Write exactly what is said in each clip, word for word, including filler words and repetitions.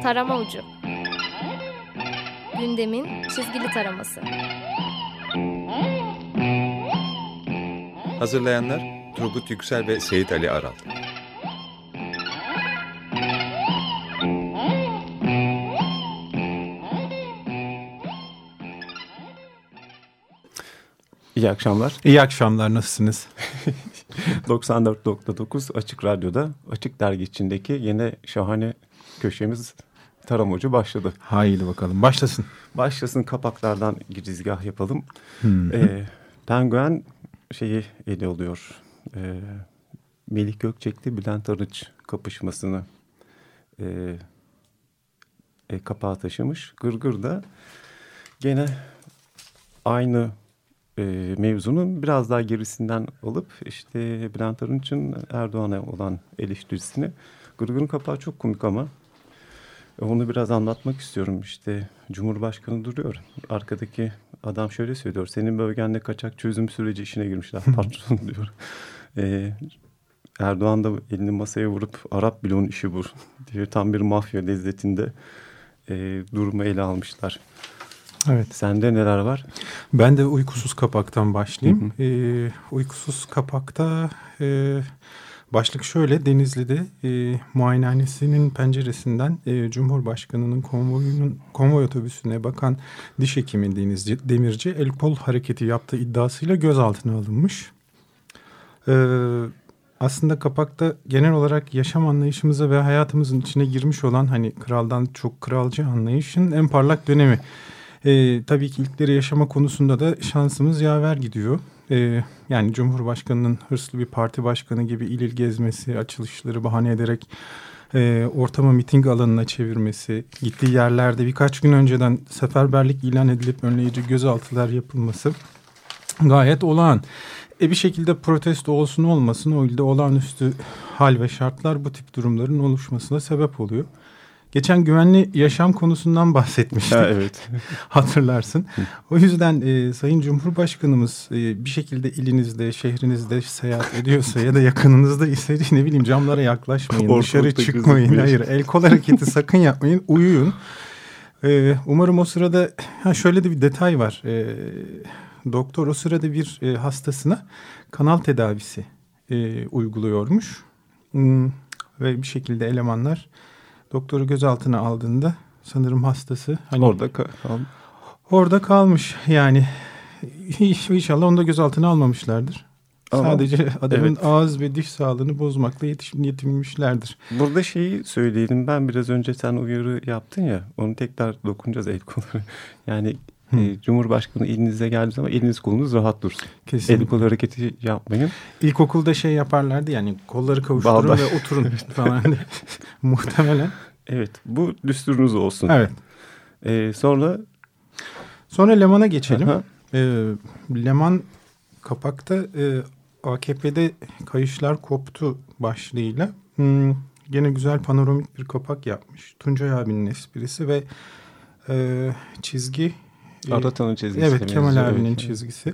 Tarama Ucu. Gündemin çizgili taraması. Hazırlayanlar Turgut Yüksel ve Seyit Ali Aral. İyi akşamlar. İyi akşamlar, nasılsınız? doksan dört nokta dokuz Açık Radyo'da Açık Dergi içindeki yine şahane köşemiz Tarama Ucu başladı. Haydi bakalım, başlasın. Başlasın, kapaklardan girizgah yapalım. Hmm. Ee, Penguen şeyi ele alıyor. Ee, Melih Gökçek'li Bülent Arınç kapışmasını e, e, kapağa taşımış. Gırgır da gene aynı E, mevzunun biraz daha gerisinden alıp işte Bülent Arınç'ın Erdoğan'a olan eleştirisini. Gırgır'ın kapağı çok komik ama onu biraz anlatmak istiyorum. İşte Cumhurbaşkanı duruyor. Arkadaki adam şöyle söylüyor. Senin bölgende kaçak çözüm süreci işine girmişler patron diyor. E, Erdoğan da elini masaya vurup Arap bloğun işi bu diyor. Tam bir mafya lezzetinde e, durumu ele almışlar. Evet. Sende neler var? Ben de uykusuz kapaktan başlayayım. Hı hı. Ee, uykusuz kapakta e, başlık şöyle: Denizli'de e, muayenehanesinin penceresinden e, Cumhurbaşkanı'nın konvoyunun konvoy otobüsüne bakan diş hekimi Deniz Demirci el kol hareketi yaptığı iddiasıyla gözaltına alınmış. Ee, aslında kapakta genel olarak yaşam anlayışımıza ve hayatımızın içine girmiş olan hani kraldan çok kralcı anlayışın en parlak dönemi. Ee, tabii ki ilkleri yaşama konusunda da şansımız yaver gidiyor. Ee, yani Cumhurbaşkanı'nın hırslı bir parti başkanı gibi il il gezmesi, açılışları bahane ederek e, ortamı miting alanına çevirmesi, gittiği yerlerde birkaç gün önceden seferberlik ilan edilip önleyici gözaltılar yapılması gayet olağan. E bir şekilde protesto olsun olmasın o ilde olağanüstü hal ve şartlar bu tip durumların oluşmasına sebep oluyor. Geçen güvenli yaşam konusundan bahsetmiştik. Ha, evet. Hatırlarsın. O yüzden e, Sayın Cumhurbaşkanımız e, bir şekilde ilinizde, şehrinizde seyahat ediyorsa ya da yakınınızda ise ne bileyim camlara yaklaşmayın, dışarı çıkmayın. Hayır, el kol hareketi sakın yapmayın, uyuyun. E, umarım o sırada ha, şöyle de bir detay var. E, doktor o sırada bir e, hastasına kanal tedavisi e, uyguluyormuş. Hmm, ve bir şekilde elemanlar doktoru gözaltına aldığında sanırım hastası hani orada kal orada kalmış. Yani inşallah onu da gözaltına almamışlardır. Ama, sadece adamın evet, ağız ve diş sağlığını bozmakla yetiş, yetinmişlerdir. Burada şeyi söyleyelim, ben biraz önce sen uyarı yaptın ya, onu tekrar dokunacağız el kolları. Yani e, Cumhurbaşkanı elinize geldiği zaman eliniz kolunuz rahat dursun. Kesinlikle. El kol hareketi yapmayın. İlkokulda şey yaparlardı yani, kolları kavuşturun Bağdaş. Ve oturun falan. Muhtemelen. Evet, bu düsturunuz olsun. Evet. Ee, sonra sonra Leman'a geçelim. Ee, Leman kapakta e, A K P'de kayışlar koptu başlığıyla. Hmm, gene güzel panoramik bir kapak yapmış. Tuncay abinin esprisi ve e, çizgi. Aratan'ın çizgisi. Evet, Kemal abinin evet. çizgisi.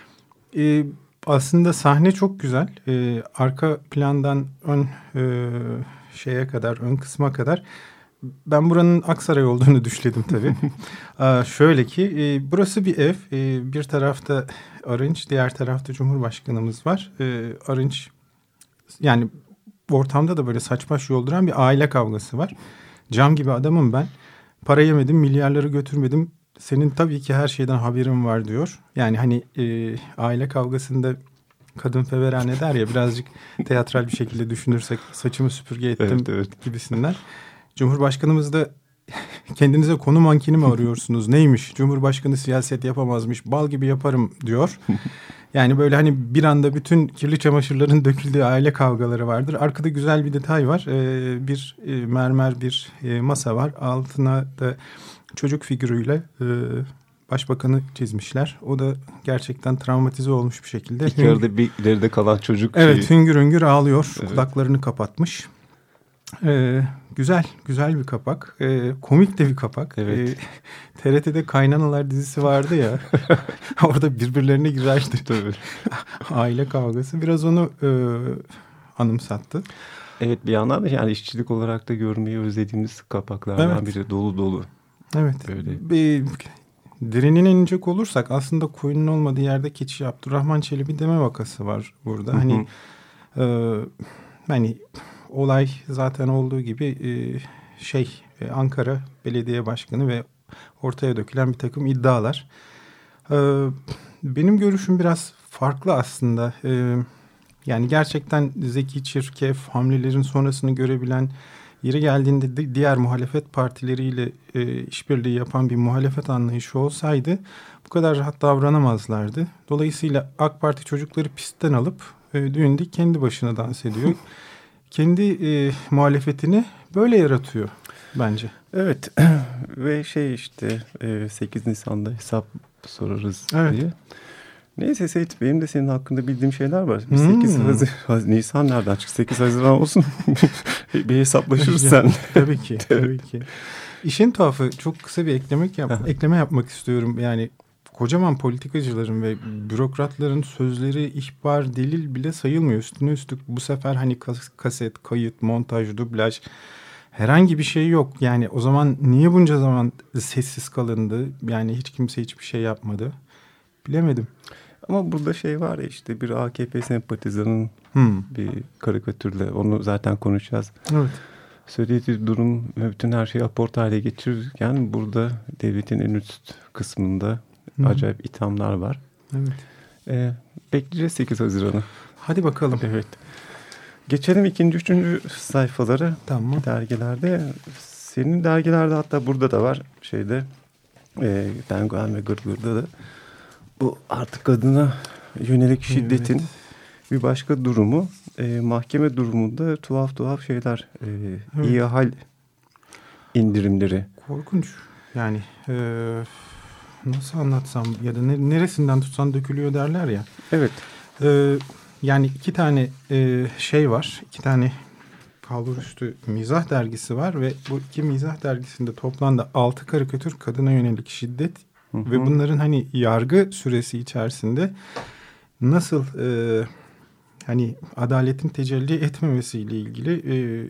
Ee, aslında sahne çok güzel. Ee, arka plandan ön e, şeye kadar, ön kısma kadar. Ben buranın Aksaray olduğunu düşledim tabii. Aa, şöyle ki e, burası bir ev. E, bir tarafta Arınç, diğer tarafta Cumhurbaşkanımız var. E, Arınç yani ortamda da böyle saç baş yolduran bir aile kavgası var. Cam gibi adamım ben. Para yemedim, milyarları götürmedim. Senin tabii ki her şeyden haberin var diyor. Yani hani e, aile kavgasında kadın feverane der ya, birazcık teatral bir şekilde düşünürsek saçımı süpürge ettim evet, evet. gibisinden. Cumhurbaşkanımız da kendinize konu mankeni mi arıyorsunuz? Neymiş? Cumhurbaşkanı siyaset yapamazmış. Bal gibi yaparım diyor. Yani böyle hani bir anda bütün kirli çamaşırların döküldüğü aile kavgaları vardır. Arkada güzel bir detay var. Ee, bir e, mermer bir e, masa var. Altına da çocuk figürüyle e, başbakanı çizmişler. O da gerçekten travmatize olmuş bir şekilde. İlk yarıda bir ileride kalan çocuk. Evet, şeyi... hüngür hüngür ağlıyor. Evet. Kulaklarını kapatmış. Ee, güzel, güzel bir kapak. Ee, komik de bir kapak. Evet. Ee, T R T'de Kaynanalar dizisi vardı ya. Orada birbirlerine girerdi. Tabii. Aile kavgası. Biraz onu e, anımsattı. Evet, bir yandan da yani işçilik olarak da görmeyi özlediğimiz kapaklardan Evet. biri, dolu dolu. Evet. Öyle. Bir, derinine inecek olursak aslında koyunun olmadığı yerde keçi Abdurrahman Çelebi deme vakası var burada. Hı hı. Hani e, hani olay zaten olduğu gibi e, şey e, Ankara Belediye Başkanı ve ortaya dökülen bir takım iddialar. E, benim görüşüm biraz farklı aslında. E, yani gerçekten zeki, çirkef hamlelerin sonrasını görebilen, yeri geldiğinde de diğer muhalefet partileriyle e, işbirliği yapan bir muhalefet anlayışı olsaydı bu kadar rahat davranamazlardı. Dolayısıyla AK Parti çocukları pistten alıp e, düğünde kendi başına dans ediyor. Kendi e, muhalefetini böyle yaratıyor bence. Evet ve şey işte e, sekiz Nisan'da hesap sorarız Evet. diye. Neyse Seyit, benim de senin hakkında bildiğim şeyler var. Hmm. sekiz Haziran, Nisan nereden çıktı? sekiz Haziran olsun. Bir hesaplaşırız sen. Tabii ki, tabii ki. İşin tuhafı, çok kısa bir eklemek yap, ekleme yapmak istiyorum. Yani kocaman politikacıların ve bürokratların sözleri ihbar, delil bile sayılmıyor. Üstüne üstlük bu sefer hani kas- kaset, kayıt, montaj, dublaj herhangi bir şey yok. Yani o zaman niye bunca zaman sessiz kalındı? Yani hiç kimse hiçbir şey yapmadı. Bilemedim. Ama burada şey var ya, işte bir A K P sempatizanın Hmm. bir karikatürle, onu zaten konuşacağız. Evet. Söylediği durum ve bütün her şeyi aport hale getirirken burada devletin en üst kısmında Hı. acayip ithamlar var. Evet. Ee, bekleyeceğiz sekiz Haziran'ı. Hadi bakalım. Evet. Geçelim ikinci, üçüncü sayfalara. Tamam. Dergilerde. Senin dergilerde, hatta burada da var şeyde, e, Penguen ve Gırgır'da da bu artık kadına yönelik şiddetin Evet. bir başka durumu, e, mahkeme durumunda tuhaf tuhaf şeyler, e, Evet. iyi hal indirimleri. Korkunç. Yani e, nasıl anlatsam ya da ne- neresinden tutsan dökülüyor derler ya. Evet. E, yani iki tane e, şey var. İki tane kalburüstü mizah dergisi var ve bu iki mizah dergisinde toplamda altı karikatür kadına yönelik şiddet Hı hı. ve bunların hani yargı süresi içerisinde nasıl e, hani adaletin tecelli etmemesiyle ilgili e,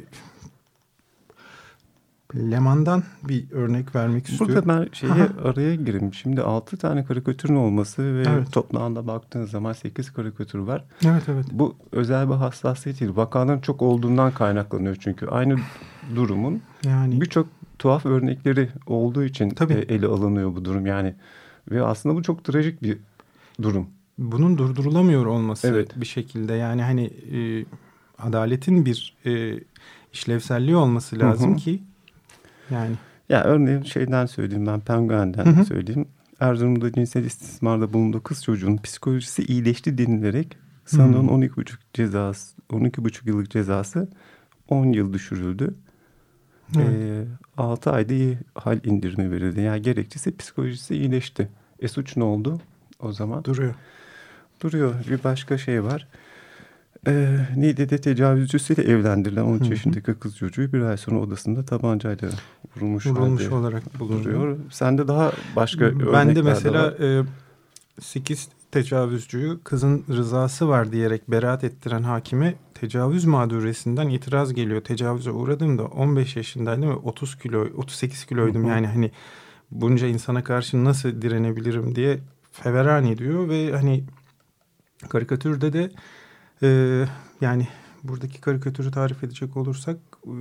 Leman'dan bir örnek vermek istiyorum. Burada ben şeye Aha. araya gireyim. Şimdi altı tane karikatürün olması ve Evet. toplamda baktığın zaman sekiz karikatür var. Evet, evet. Bu özel bir hassasiyet değil. Vakaların çok olduğundan kaynaklanıyor çünkü. Aynı durumun Yani birçok tuhaf örnekleri olduğu için Tabii. e, ele alınıyor bu durum. Yani ve aslında bu çok trajik bir durum. bunun durdurulamıyor olması Evet. bir şekilde, yani hani e, adaletin bir e, işlevselliği olması lazım Hı hı. ki yani. Ya örneğin şeyden söyleyeyim, ben Penguen'den Hı hı. söyleyeyim. Erzurum'da cinsel istismarda bulunduğu kız çocuğunun psikolojisi iyileşti denilerek sanığın Hı. on iki buçuk cezası, on iki buçuk yıllık cezası on yıl düşürüldü. Evet. Ee, altı ayda iyi hal indirimi verildi. Yani gerekçesi psikolojisi iyileşti. E suç ne oldu o zaman? Duruyor. Duruyor. Bir başka şey var. Ee, Niğde'de tecavüzcüsüyle evlendirilen on üç Hı hı. yaşındaki kız çocuğu bir ay sonra odasında tabancayla vurulmuş, Vurulmuş halde olarak bulunuyor. duruyor. Sende daha başka örnekler Ben de de mesela var. e, sekiz tecavüzcüyü kızın rızası var diyerek beraat ettiren hakime tecavüz mağduriyetinden itiraz geliyor. Tecavüze uğradığımda on beş yaşındaydım ve otuz kilo, otuz sekiz kiloydum. Hı hı. Yani hani bunca insana karşı nasıl direnebilirim diye feveran ediyor ve hani karikatürde de e, yani buradaki karikatürü tarif edecek olursak e,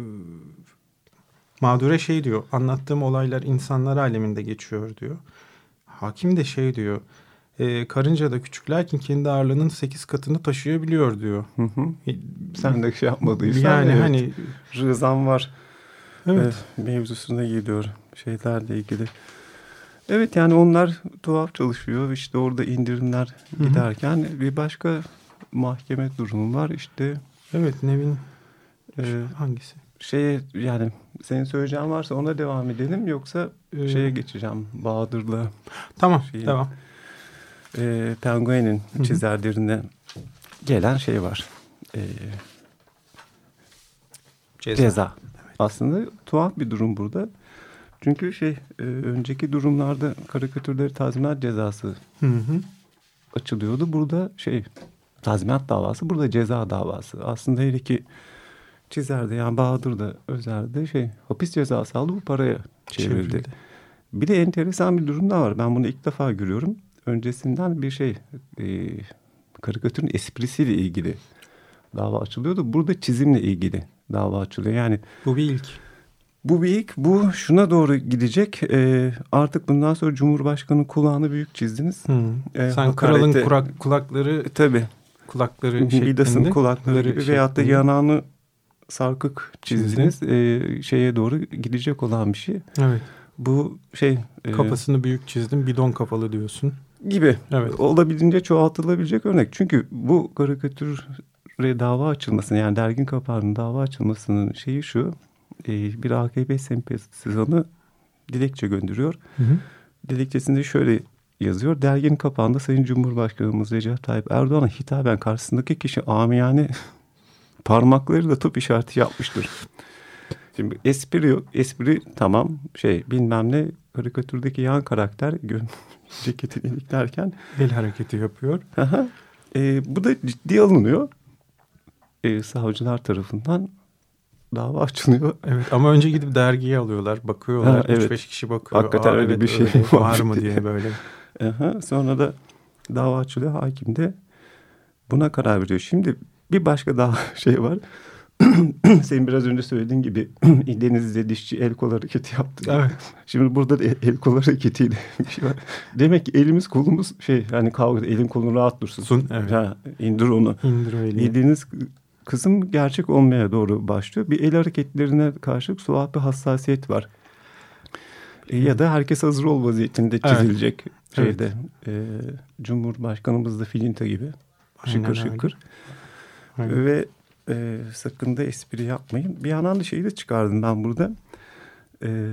mağdure şey diyor, anlattığım olaylar insanlar aleminde geçiyor diyor. Hakim de şey diyor, e, karınca da küçük lakin kendi ağırlığının sekiz katını taşıyabiliyor diyor. Hı hı. E, Sen de şey yapmadıysan yani evet. hani Rızam var. evet. e, mevzusuna geliyor şeylerle ilgili. Evet, yani onlar tuhaf çalışıyor. İşte orada indirimler Hı hı. giderken bir başka mahkeme durumu var. İşte Evet, Nevin e, hangisi? şeye, yani senin söyleyeceğin varsa ona devam edelim, yoksa Ee, şeye geçeceğim. Bahadır'la Tamam, şeyin, devam. e, Penguen'in Hı hı. çizerlerine gelen şey var. E, Ceza. ceza. Aslında tuhaf bir durum burada. Çünkü şey e, önceki durumlarda karikatürleri tazminat cezası Hı hı. açılıyordu. Burada şey tazminat davası, burada ceza davası. Aslında her iki çizerdi. Yani Bahadır da Özer de şey hapis cezası aldı, bu paraya çevrildi. Çevrildi. Bir de enteresan bir durum da var. Ben bunu ilk defa görüyorum. Öncesinden bir şey e, karikatürün esprisiyle ilgili dava açılıyordu. Burada çizimle ilgili dava açılıyor. Yani Bu bir ilk. bu bir ilk. Bu şuna doğru gidecek. E, artık bundan sonra Cumhurbaşkanı kulağını büyük çizdiniz. Hmm. E, Sen hakarete- kralın kurak, kulakları Tabii. kulakları şeklinde. Midas'ın kulakları gibi şeklinde. veyahut da yanağını sarkık çizdiniz. E, şeye doğru gidecek olan bir şey. Evet. Bu şey... e, Kafasını büyük çizdim, bidon kafalı diyorsun. gibi. Evet. Olabildiğince çoğaltılabilecek örnek. Çünkü bu karikatüre dava açılmasının, yani dergin kapağının dava açılmasının şeyi şu. E, bir A K P sempatizanı dilekçe gönderiyor. Hı hı. Dilekçesinde şöyle yazıyor. Derginin kapağında Sayın Cumhurbaşkanımız Recep Tayyip Erdoğan'a hitaben karşısındaki kişi amiyane parmaklarıyla top işareti yapmıştır. Şimdi espri yok. Espri tamam şey bilmem ne, karikatürdeki yan karakter gö- ceketini iliklerken El hareketi yapıyor. aha, e, bu da ciddiye alınıyor. E, savcılar tarafından dava açılıyor. Evet, ama önce gidip dergiye alıyorlar. Bakıyorlar. Ha, evet. üç beş kişi bakıyor. Hakikaten Aa, öyle evet, bir şey öyle var var mı diye. diye böyle. Aha, sonra da dava açılıyor. Hakim de buna karar veriyor. Şimdi bir başka daha şey var. Senin biraz önce söylediğin gibi Denizli'de dişçi el kol hareketi yaptı. Evet. Şimdi burada da el, el kol hareketiyle bir şey var. Demek ki elimiz kolumuz şey hani kavga, elin kolun rahat dursun. Sun, evet. Ha, indir onu. İndir o elini. Yediğiniz kısım gerçek olmaya doğru başlıyor. Bir el hareketlerine karşı tuhaf bir hassasiyet var. E, ya da herkes hazır ol vaziyetinde çizilecek Evet. şeyde. E, Cumhurbaşkanımız da filinta gibi. Şıkır Aynen şıkır. öyle. Aynen. Ve e, sakın da espri yapmayın. Bir yandan da şeyi de çıkardım ben burada. E,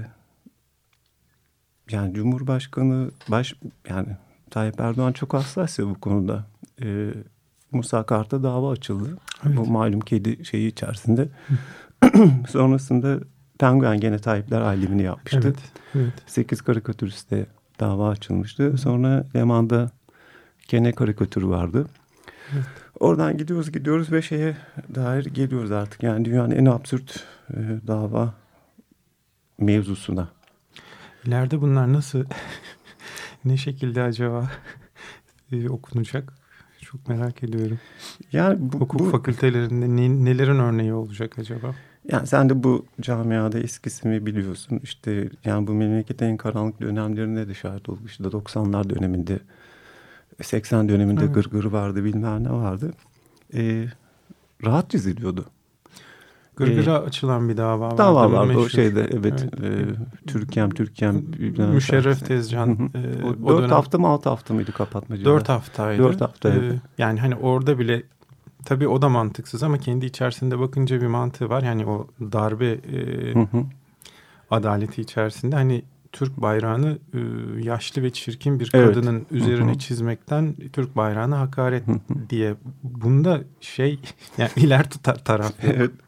yani Cumhurbaşkanı baş yani Tayyip Erdoğan çok hassas ya bu konuda. E, Musa Kart'a dava açıldı. Evet. Bu malum kedi şeyi içerisinde. Sonrasında Penguen gene Tayyipler alemini yapmıştı. Evet. Evet. Sekiz karikatüriste dava açılmıştı. Sonra Leman'da gene karikatür vardı. Evet. Oradan gidiyoruz gidiyoruz ve şeye dair geliyoruz artık. Yani dünyanın en absürt e, dava mevzusuna. İleride bunlar nasıl ne şekilde acaba e, okunacak? Çok merak ediyorum. Yani bu, Hukuk bu fakültelerinde ne, nelerin örneği olacak acaba? yani sen de bu camiada eskisini biliyorsun. İşte yani bu memleketin en karanlık dönemlerinde de şahit olduk. İşte doksanlar döneminde, seksen döneminde evet. gırgır vardı, bilmem ne vardı. Ee, rahat çiziliyordu. Gırgıra Ee, açılan bir dava vardı. Dava vardı meşhur. o şeyde. Evet. Evet. E, Türkem, Türkem. Müşerref Tezcan. e, O, o dört dönem, hafta mı altı hafta mıydı kapatmacı? Dört haftaydı. Dört haftaydı. Ee, yani hani orada bile tabii o da mantıksız ama kendi içerisinde bakınca bir mantığı var. Yani o darbe e, Hı hı. adaleti içerisinde hani Türk bayrağını e, yaşlı ve çirkin bir Evet. kadının üzerine Hı hı. çizmekten Türk bayrağına hakaret Hı hı. diye. Bunda şey yani iler tutar taraf yok. Evet.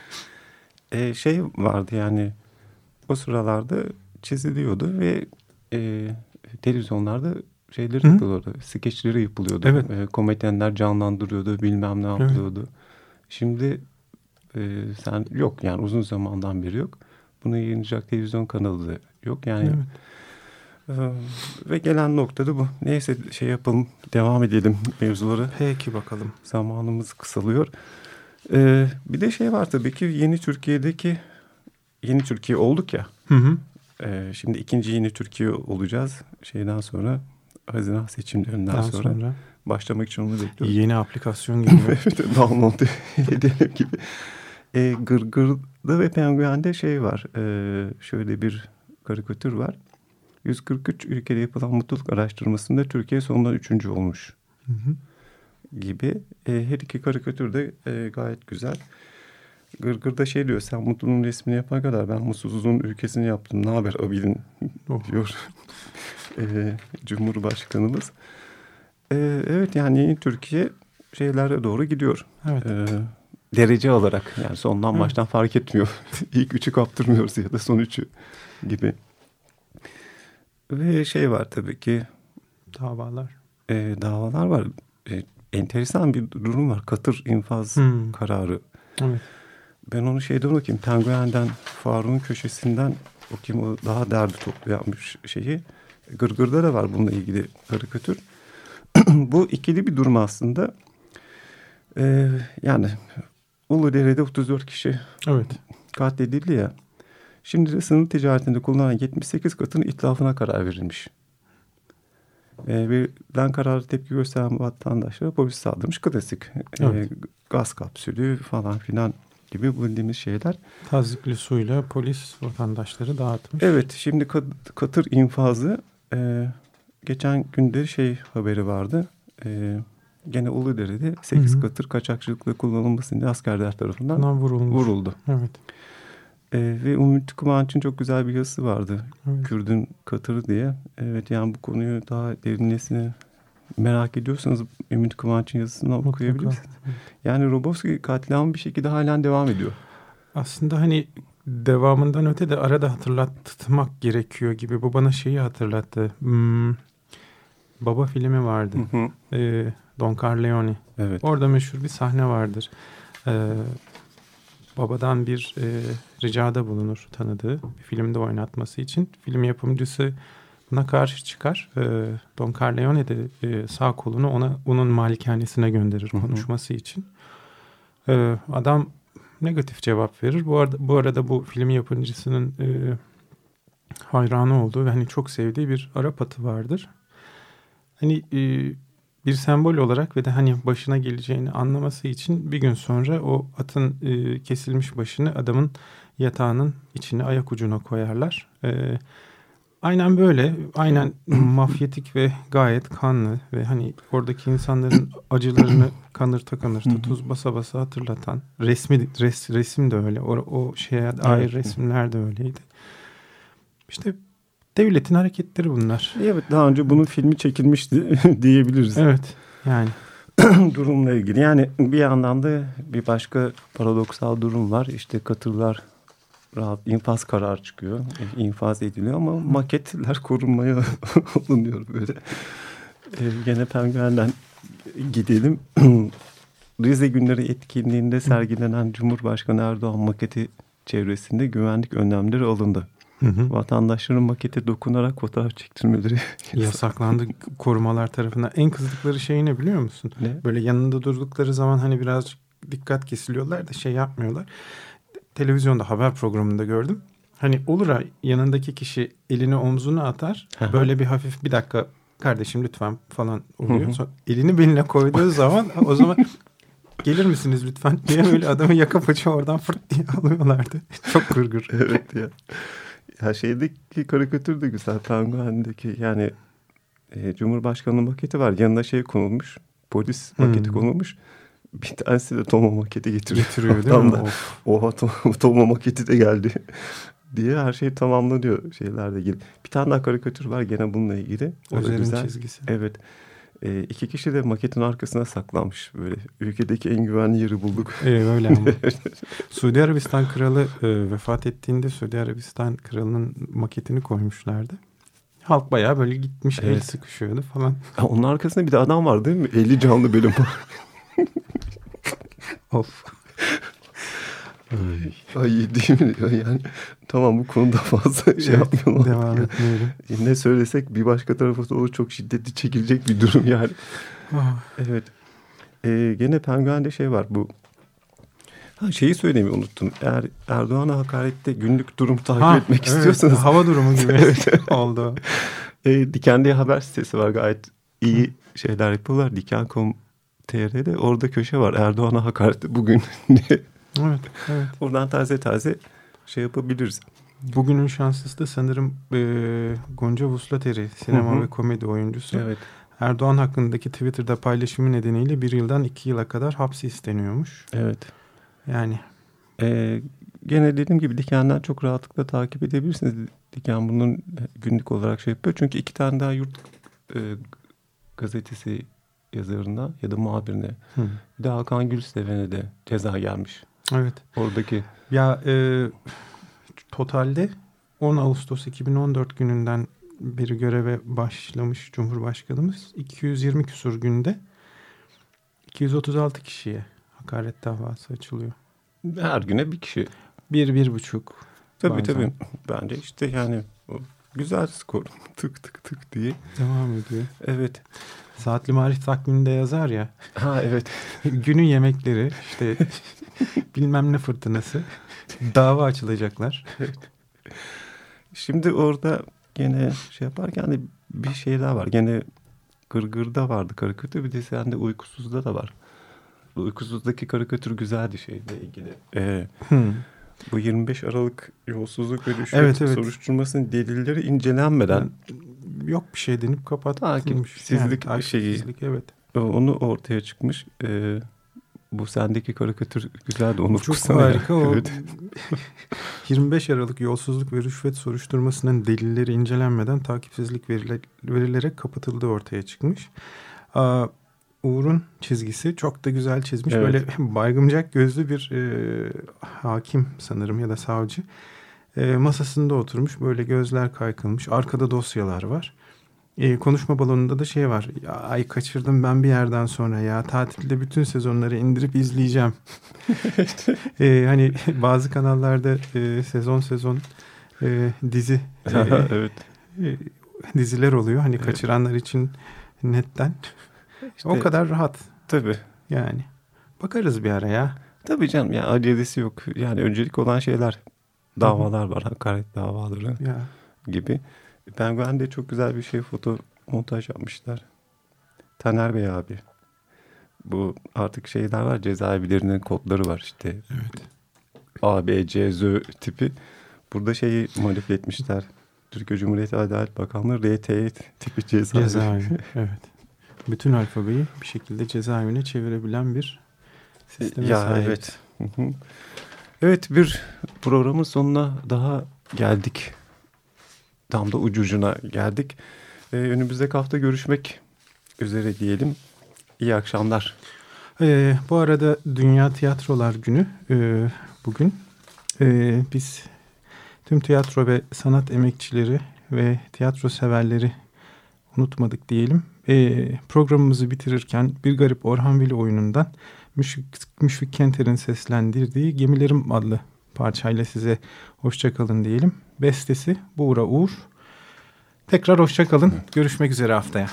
E, şey vardı yani o sıralarda çiziliyordu ve e, televizyonlarda şeyleri Hı? yapılıyordu. Skeçleri yapılıyordu. Evet. E, komedyenler canlandırıyordu. Bilmem ne yapılıyordu. Şimdi e, sen yok yani uzun zamandan beri yok. Bunu yayınlayacak televizyon kanalı da yok. Yani Evet. e, ve gelen noktada bu. Neyse şey yapalım. Devam edelim mevzuları. Peki bakalım. Zamanımız kısalıyor. Ee, bir de şey var tabii ki yeni Türkiye'deki yeni Türkiye olduk ya. Hı hı. E, şimdi ikinci yeni Türkiye olacağız. Şeyden sonra Haziran seçimlerinden Daha sonra, sonra başlamak için onu bekliyoruz. yeni aplikasyon geliyor. Evet, download edelim gibi. E, Gırgır'da ve Penguen'de şey var. E, şöyle bir karikatür var. yüz kırk üç ülkede yapılan mutluluk araştırmasında Türkiye sondan üçüncü olmuş. Hı hı. Gibi. E, her iki karikatür de e, gayet güzel. Gırgır'da şey diyor, sen mutluluğun resmini yapana kadar ben mutsuzluğun ülkesini yaptım. Ne haber abidin Oh. diyor e, Cumhurbaşkanımız. E, evet yani yeni Türkiye şeylere doğru gidiyor. Evet. E, derece alarak yani sondan Evet. baştan fark etmiyor. İlk üçü kaptırmıyoruz ya da son üçü gibi. Ve şey var tabii ki Davalar. e, davalar var. E, enteresan bir durum var. Katır infaz Hmm. kararı. Evet. Ben onu şeyden okuyayım. Penguen'den, Faruk'un köşesinden okuyayım. O daha derli toplu yapmış şeyi. Gırgır'da da var bununla ilgili karikatür. Bu ikili bir durum aslında. Ee, yani Uludere'de otuz dört kişi Evet. katledildi ya. Şimdi de sınır ticaretinde kullanılan yetmiş sekiz katının itlafına karar verilmiş. Ee, verilen kararı tepki gösteren vatandaşlara polis saldırmış. Klasik. Evet. Ee, gaz kapsülü falan filan gibi bildiğimiz şeyler. Tazyikli suyla polis vatandaşları dağıtmış. Evet, şimdi kat- katır infazı e, geçen günde şey haberi vardı. E, gene Uludere'de sekiz Hı hı. katır kaçakçılıkla kullanılması diye askerler tarafından Bundan vurulmuş. vuruldu. Evet. E, ve Ümit Kıvanç'ın çok güzel bir yazısı vardı. Evet. Kürdün katırı diye. Evet, yani bu konuyu daha derinlemesine merak ediyorsanız Ümit Kıvanç'ın yazısını Mutlaka. okuyabilirsiniz. Yani Roboski katliamı bir şekilde halen devam ediyor. Aslında hani devamından öte de arada hatırlatmak gerekiyor gibi. Bu bana şeyi hatırlattı. Hmm, Baba filmi vardı. Hı hı. Ee, Don Corleone. Evet. Orada meşhur bir sahne vardır. Ee, babadan bir e, ricada bulunur tanıdığı bir filmde oynatması için. Film yapımcısı buna karşı çıkar. Ee, Don Corleone de e, sağ kolunu ona onun malikanesine gönderir Hı hı. konuşması için. Ee, adam negatif cevap verir. Bu arada bu arada bu film yapımcısının e, hayranı olduğu ve hani çok sevdiği bir Arap atı vardır. Hani e, bir sembol olarak ve de hani başına geleceğini anlaması için bir gün sonra o atın e, kesilmiş başını adamın yatağının içine ayak ucuna koyarlar. E, aynen böyle, aynen mafyatik ve gayet kanlı ve hani oradaki insanların acılarını kanırta kanırta tuz basa basa hatırlatan resmi res, resim de öyle. O, o şeye dair Evet. resimler de öyleydi. İşte devletin hareketleri bunlar. Evet, daha önce bunun filmi çekilmişti diyebiliriz. Evet. Yani Durumla ilgili. Yani bir yandan da bir başka paradoksal durum var. İşte katırlar rahat infaz kararı çıkıyor. İnfaz ediliyor ama maketler korunmaya alınıyor böyle. Ee, gene Penguen'den gidelim. Rize Günleri etkinliğinde sergilenen Cumhurbaşkanı Erdoğan maketi çevresinde güvenlik önlemleri alındı. hı hı. Vatandaşların makete dokunarak fotoğraf çektirmeleri Yasaklandı korumalar tarafından. En kızdıkları şey ne biliyor musun? Ne? Böyle yanında durdukları zaman hani birazcık dikkat kesiliyorlar da şey yapmıyorlar. Televizyonda haber programında gördüm. Hani olur ha yanındaki kişi elini omzuna atar. Böyle bir hafif bir dakika kardeşim lütfen falan oluyor. Sonra elini beline koyduğu zaman o zaman gelir misiniz lütfen diye böyle adamı yaka paça oradan fırt diye alıyorlardı. Çok gırgır. Evet ya. Ya şeydeki karikatür de güzel. Penguen'deki yani e, Cumhurbaşkanı'nın maketi var. Yanına şey konulmuş. Polis maketi Hmm. konulmuş. Bir tanesi de Tomo maketi getiriyor. Getiriyor değil Tam mi? da, Of. oha Tomo, Tomo maketi de geldi diye her şey tamamlanıyor şeylerle ilgili. Bir tane daha karikatür var gene bununla ilgili. O da Özer'in güzel. çizgisi. Evet. E, iki kişi de maketin arkasına saklanmış böyle. Ülkedeki en güvenli yeri bulduk. Ee, öyle ama. Suudi Arabistan kralı e, vefat ettiğinde Suudi Arabistan kralının maketini koymuşlardı. Halk bayağı böyle gitmiş el Evet. sıkışıyordu falan. Ha, onun arkasında bir de adam var değil mi? Eli canlı bölüm var. Of. Ay değil mi? Yani tamam bu konuda fazla şey Evet, yapmayalım. devam etmeyelim. Ne söylesek bir başka tarafa doğru çok şiddetli çekilecek bir durum yani. Ah, Evet. Ee, gene Penguen'de şey var bu. Ha, şeyi söylemeyi unuttum. Eğer Erdoğan'a hakarette günlük durum takip ha, etmek evet, istiyorsanız. hava durumu gibi oldu. E, Diken diye haber sitesi var, gayet iyi şeyler yapıyorlar. Diken nokta com nokta tr'de orada köşe var. Erdoğan'a hakarette bugün diye. Evet, evet. Oradan taze taze şey yapabiliriz. Bugünün şanslısı da sanırım e, Gonca Vuslateri, sinema Hı hı. ve komedi oyuncusu. Evet. Erdoğan hakkındaki Twitter'da paylaşımı nedeniyle bir yıldan iki yıla kadar hapsi isteniyormuş. Evet. Yani. Ee, gene dediğim gibi Diken'den çok rahatlıkla takip edebilirsiniz. Diken bunun günlük olarak şey yapıyor. Çünkü iki tane daha yurt e, gazetesi yazarına ya da muhabirine. Hı. Bir de Hakan Gülseven'e de ceza gelmiş. Evet. Oradaki. Ya e, totalde on Ağustos iki bin on dört gününden beri göreve başlamış Cumhurbaşkanımız iki yüz yirmi küsur günde iki yüz otuz altı kişiye hakaret davası açılıyor. Her güne bir kişi. Bir, bir buçuk. Tabii bazen. tabii. Bence işte yani o güzel skor. Tık tık tık diye. Devam ediyor. Evet. Saatli Marif takviminde yazar ya. Ha evet. Günün yemekleri, işte bilmem ne fırtınası. Dava açılacaklar. Şimdi orada gene şey yaparken de bir şey daha var. Gene Gırgır'da vardı karikatür. Bir de sende Uykusuz'da da var. Uykusuzdaki karikatür güzeldi şeyle ilgili. Ee, Hmm. bu yirmi beş Aralık yolsuzluk ve rüşvet Evet, evet. soruşturmasının delilleri incelenmeden Yok bir şey denip kapatılmış. Takipsizlik Yani, şeyi. takipsizlik, evet. onu ortaya çıkmış. Ee, bu sendeki karikatür güzeldi. Onu Çok okusana harika ya. o. Evet. yirmi beş Aralık yolsuzluk ve rüşvet soruşturmasının delilleri incelenmeden takipsizlik verile, verilerek kapatıldığı ortaya çıkmış. Aa, Uğur'un çizgisi çok da güzel çizmiş. Evet. Böyle baygımcak gözlü bir e, hakim sanırım ya da savcı. E, masasında oturmuş, böyle gözler kaykılmış. Arkada dosyalar var. E, konuşma balonunda da şey var. Ya, ay kaçırdım ben bir yerden sonra ya. Tatilde bütün sezonları indirip izleyeceğim. e, hani bazı kanallarda e, sezon sezon e, dizi e, Evet. e, diziler oluyor. Hani kaçıranlar için netten. İşte, o kadar rahat tabii. yani. Bakarız bir ara ya. Tabii canım ya, acelesi yok. Yani öncelik olan şeyler, davalar var. Hakaret davaları Ya. gibi. Penguen'de çok güzel bir şey, foto montaj yapmışlar. Taner Bey abi. Bu artık şeyler var, cezaevlerinin kodları var işte. Evet. A, B, C, Z tipi. Burada şeyi manipüle etmişler. Türkiye Cumhuriyeti Adalet Bakanlığı R T E tipi cezaevi. Cezaevi. Evet. Bütün alfabeyi bir şekilde cezaevine çevirebilen bir sisteme Ya sahip. evet. Hı hı. Evet, bir programın sonuna daha geldik. Tam da ucu ucuna geldik. Ee, önümüzdeki hafta görüşmek üzere diyelim. İyi akşamlar. Ee, bu arada Dünya Tiyatrolar Günü e, bugün. E, biz tüm tiyatro ve sanat emekçileri ve tiyatro severleri unutmadık diyelim. E, programımızı bitirirken Bir Garip Orhan Veli oyunundan Müşfik, Müşfik Kenter'in seslendirdiği Gemilerim adlı parçayla size hoşçakalın diyelim. Bestesi Buğra Uğur. Tekrar hoşçakalın. Görüşmek üzere haftaya.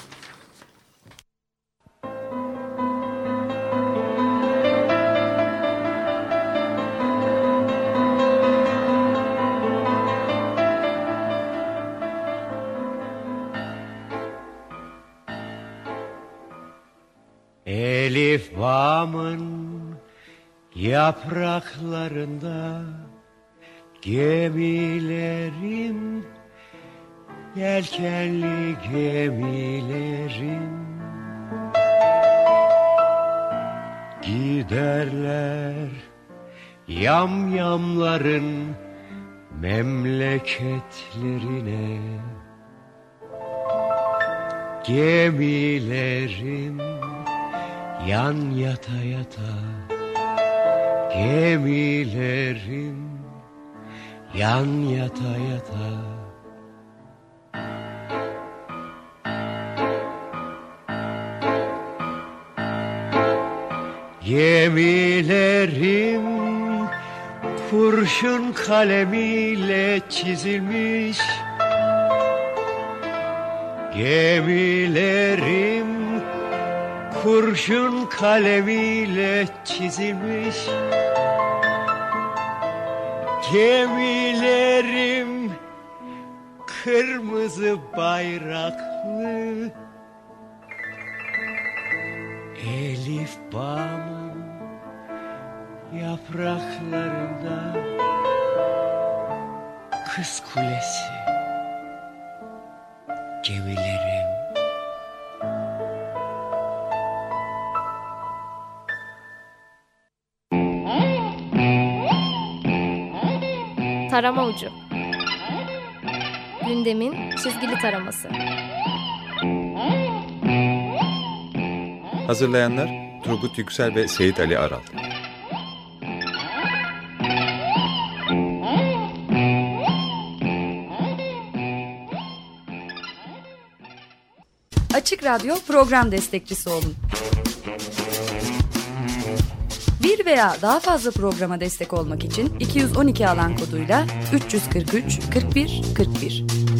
Elif bağımın yapraklarında gemilerim, yelkenli gemilerim giderler yamyamların memleketlerine. Gemilerim yan yata yata, gemilerim yan yata yata. Gemilerim kurşun kalemiyle çizilmiş, gemilerim kurşun kalemiyle çizilmiş, gemilerim kırmızı bayraklı. Elif bağımın yapraklarında Kız Kulesi gemilerim. Tarama Ucu. Gündemin çizgili taraması. Hazırlayanlar Turgut Yüksel ve Seyit Ali Aral. Açık Radyo program destekçisi olun. Bir veya daha fazla programa destek olmak için iki yüz on iki alan koduyla üç yüz kırk üç kırk bir kırk bir.